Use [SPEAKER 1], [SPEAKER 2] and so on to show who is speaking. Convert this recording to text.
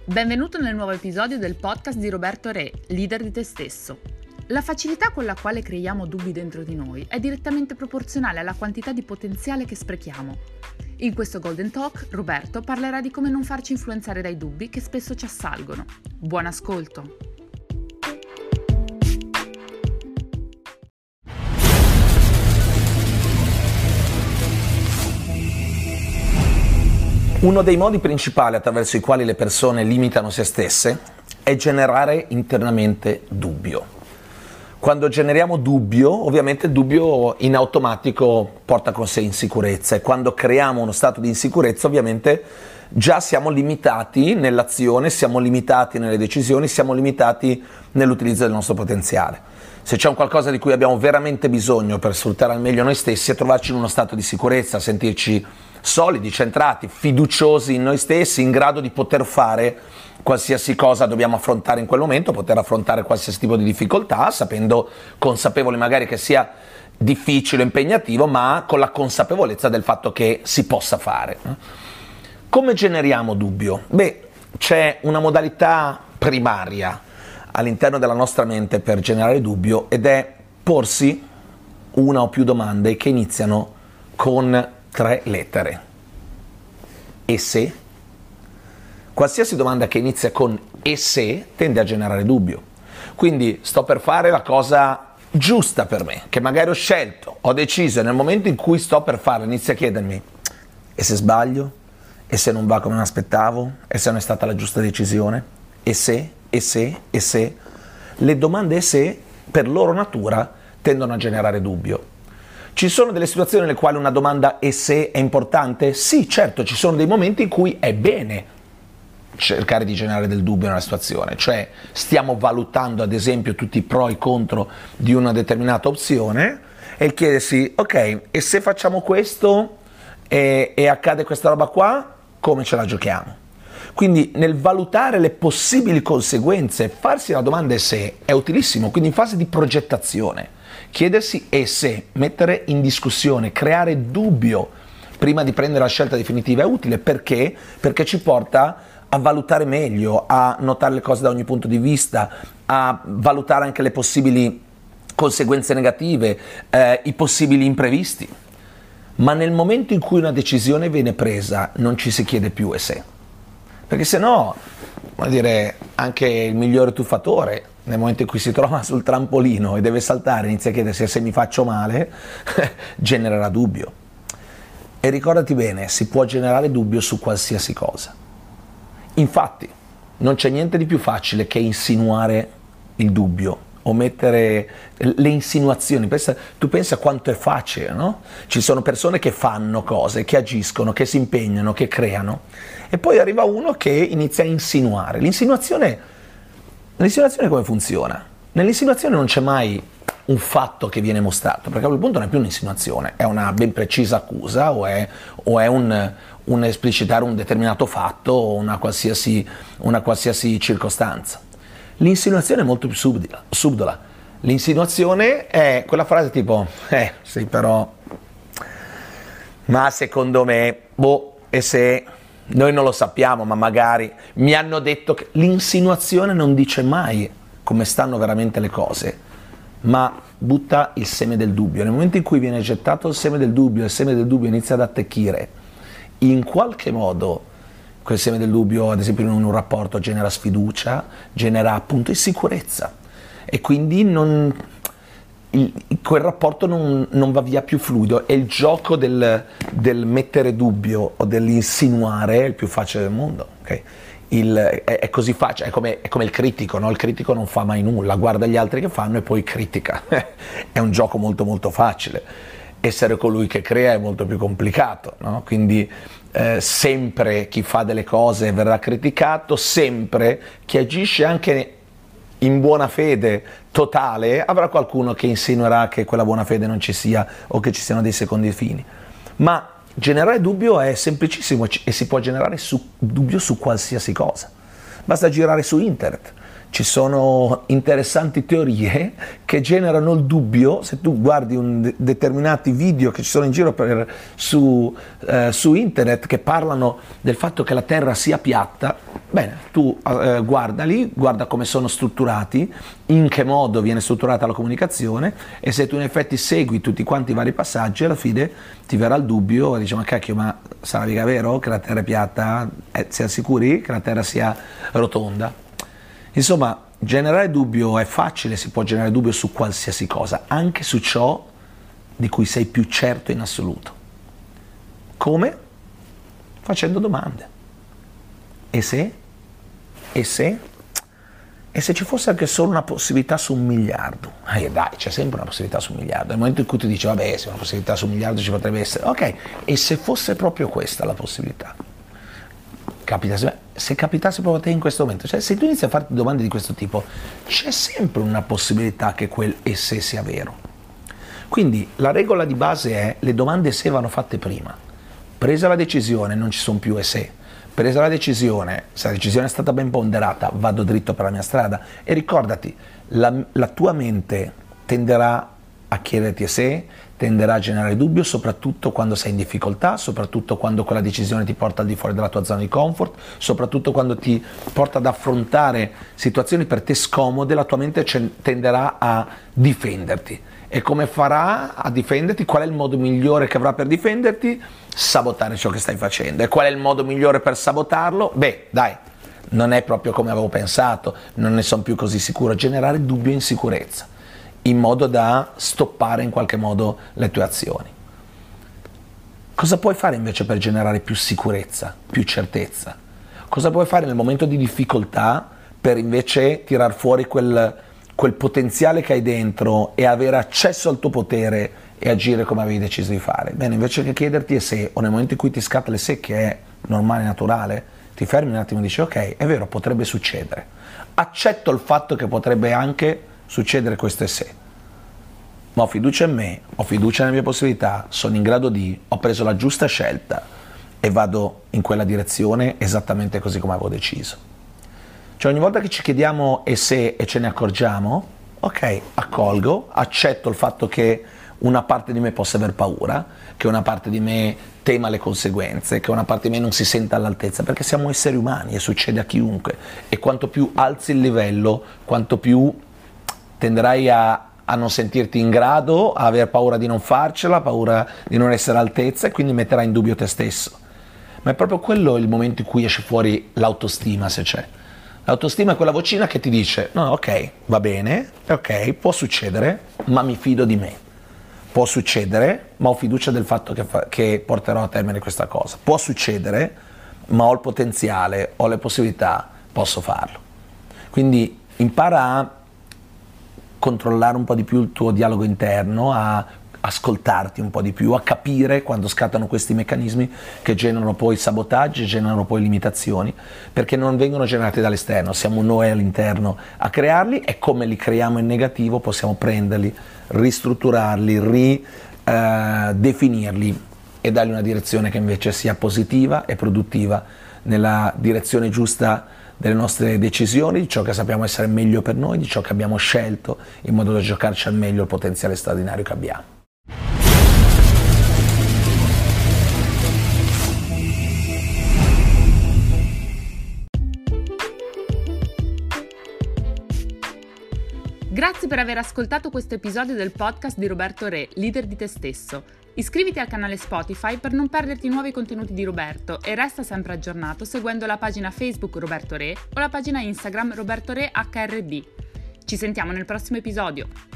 [SPEAKER 1] Benvenuto nel nuovo episodio del podcast di Roberto Re, leader di te stesso. La facilità con la quale creiamo dubbi dentro di noi è direttamente proporzionale alla quantità di potenziale che sprechiamo. In questo Golden Talk, Roberto parlerà di come non farci influenzare dai dubbi che spesso ci assalgono. Buon ascolto!
[SPEAKER 2] Uno dei modi principali attraverso i quali le persone limitano se stesse è generare internamente dubbio. Quando generiamo dubbio, ovviamente il dubbio in automatico porta con sé insicurezza e quando creiamo uno stato di insicurezza ovviamente già siamo limitati nell'azione, siamo limitati nelle decisioni, siamo limitati nell'utilizzo del nostro potenziale. Se c'è un qualcosa di cui abbiamo veramente bisogno per sfruttare al meglio noi stessi è trovarci in uno stato di sicurezza, sentirci solidi, centrati, fiduciosi in noi stessi, in grado di poter fare qualsiasi cosa dobbiamo affrontare in quel momento, poter affrontare qualsiasi tipo di difficoltà, sapendo, consapevoli magari che sia difficile, impegnativo, ma con la consapevolezza del fatto che si possa fare. Come generiamo dubbio? C'è una modalità primaria all'interno della nostra mente per generare dubbio ed è porsi una o più domande che iniziano con 3 lettere. E se? Qualsiasi domanda che inizia con e se tende a generare dubbio. Quindi sto per fare la cosa giusta per me, che magari ho scelto, ho deciso e nel momento in cui sto per farla inizio a chiedermi e se sbaglio? E se non va come mi aspettavo? E se non è stata la giusta decisione? E se? E se? E se? Le domande e se per loro natura tendono a generare dubbio. Ci sono delle situazioni nelle quali una domanda e se è importante? Sì, certo, ci sono dei momenti in cui è bene cercare di generare del dubbio nella situazione, cioè stiamo valutando ad esempio tutti i pro e i contro di una determinata opzione e chiedersi, ok, e se facciamo questo e accade questa roba qua, come ce la giochiamo? Quindi nel valutare le possibili conseguenze, farsi la domanda e se è utilissimo, quindi in fase di progettazione. Chiedersi e se, mettere in discussione, creare dubbio prima di prendere la scelta definitiva è utile perché? Perché ci porta a valutare meglio, a notare le cose da ogni punto di vista, a valutare anche le possibili conseguenze negative, i possibili imprevisti. Ma nel momento in cui una decisione viene presa non ci si chiede più e se. Perché se no, vuol dire, anche il migliore tuffatore nel momento in cui si trova sul trampolino e deve saltare, inizia a chiedersi se mi faccio male, genererà dubbio. E ricordati bene, si può generare dubbio su qualsiasi cosa. Infatti, non c'è niente di più facile che insinuare il dubbio o mettere le insinuazioni. Tu pensa quanto è facile, no? Ci sono persone che fanno cose, che agiscono, che si impegnano, che creano e poi arriva uno che inizia a insinuare. L'insinuazione come funziona? Nell'insinuazione non c'è mai un fatto che viene mostrato, perché a quel punto non è più un'insinuazione, è una ben precisa accusa o è un esplicitare un determinato fatto o una qualsiasi circostanza. L'insinuazione è molto più subdola. L'insinuazione è quella frase tipo sì però, ma secondo me, e se, noi non lo sappiamo, ma magari mi hanno detto che... L'insinuazione non dice mai come stanno veramente le cose, ma butta il seme del dubbio. Nel momento in cui viene gettato il seme del dubbio e il seme del dubbio inizia ad attecchire, in qualche modo quel seme del dubbio, ad esempio in un rapporto, genera sfiducia, genera appunto insicurezza e quindi quel rapporto non va via più fluido e il gioco del mettere dubbio o dell'insinuare è il più facile del mondo, okay? È così facile, è come il critico, no? Il critico non fa mai nulla, guarda gli altri che fanno e poi critica. È un gioco molto molto facile. Essere colui che crea è molto più complicato, no? Quindi sempre chi fa delle cose verrà criticato, sempre chi agisce anche in buona fede totale avrà qualcuno che insinuerà che quella buona fede non ci sia o che ci siano dei secondi fini. Ma generare dubbio è semplicissimo e si può generare dubbio su qualsiasi cosa. Basta girare su internet ci sono interessanti teorie che generano il dubbio. Se tu guardi determinati video che ci sono in giro su internet che parlano del fatto che la Terra sia piatta, bene, tu guarda come sono strutturati, in che modo viene strutturata la comunicazione, e se tu in effetti segui tutti quanti i vari passaggi, alla fine ti verrà il dubbio e dici: ma cacchio, ma sarà mica vero che la Terra è piatta? Siamo sicuri che la Terra sia rotonda? Insomma, generare dubbio è facile, si può generare dubbio su qualsiasi cosa, anche su ciò di cui sei più certo in assoluto. Come? Facendo domande. E se? E se? E se ci fosse anche solo una possibilità su 1 miliardo? Dai, c'è sempre una possibilità su 1 miliardo. Nel momento in cui tu dici: vabbè, se una possibilità su 1 miliardo ci potrebbe essere. Ok, e se fosse proprio questa la possibilità? Se capitasse proprio a te in questo momento, cioè se tu inizi a farti domande di questo tipo, c'è sempre una possibilità che quel e se sia vero. Quindi la regola di base è: le domande se vanno fatte prima. Presa la decisione, non ci sono più e se. Presa la decisione, se la decisione è stata ben ponderata, vado dritto per la mia strada. E ricordati, la tua mente tenderà a chiederti e se, tenderà a generare dubbio, soprattutto quando sei in difficoltà, soprattutto quando quella decisione ti porta al di fuori della tua zona di comfort, soprattutto quando ti porta ad affrontare situazioni per te scomode. La tua mente tenderà a difenderti. E come farà a difenderti? Qual è il modo migliore che avrà per difenderti? Sabotare ciò che stai facendo. E qual è il modo migliore per sabotarlo? Beh, dai, non è proprio come avevo pensato, non ne sono più così sicuro. Generare dubbio e insicurezza, in modo da stoppare in qualche modo le tue azioni. Cosa puoi fare invece per generare più sicurezza, più certezza? Cosa puoi fare nel momento di difficoltà per invece tirar fuori quel potenziale che hai dentro e avere accesso al tuo potere e agire come avevi deciso di fare? Bene, invece che chiederti e se, o nel momento in cui ti scatta le se, che è normale e naturale, ti fermi un attimo e dici: ok, è vero, potrebbe succedere. Accetto il fatto che potrebbe anche succedere questo e se, ma ho fiducia in me, ho fiducia nelle mie possibilità, sono in grado ho preso la giusta scelta e vado in quella direzione esattamente così come avevo deciso. Cioè, ogni volta che ci chiediamo e se e ce ne accorgiamo, ok, accolgo, accetto il fatto che una parte di me possa aver paura, che una parte di me tema le conseguenze, che una parte di me non si senta all'altezza, perché siamo esseri umani e succede a chiunque, e quanto più alzi il livello, quanto più tenderai a non sentirti in grado, a aver paura di non farcela, paura di non essere all'altezza, e quindi metterai in dubbio te stesso. Ma è proprio quello il momento in cui esce fuori l'autostima, se c'è. L'autostima è quella vocina che ti dice: no, ok, va bene, ok, può succedere, ma mi fido di me. Può succedere, ma ho fiducia del fatto che porterò a termine questa cosa. Può succedere, ma ho il potenziale, ho le possibilità, posso farlo. Quindi impara a controllare un po' di più il tuo dialogo interno, a ascoltarti un po' di più, a capire quando scattano questi meccanismi che generano poi sabotaggi, generano poi limitazioni, perché non vengono generati dall'esterno, siamo noi all'interno a crearli, e come li creiamo in negativo possiamo prenderli, ristrutturarli, definirli e dargli una direzione che invece sia positiva e produttiva, nella direzione giusta delle nostre decisioni, di ciò che sappiamo essere meglio per noi, di ciò che abbiamo scelto, in modo da giocarci al meglio il potenziale straordinario che abbiamo.
[SPEAKER 1] Grazie per aver ascoltato questo episodio del podcast di Roberto Re, leader di te stesso. Iscriviti al canale Spotify per non perderti nuovi contenuti di Roberto e resta sempre aggiornato seguendo la pagina Facebook Roberto Re o la pagina Instagram Roberto Re HRD. Ci sentiamo nel prossimo episodio.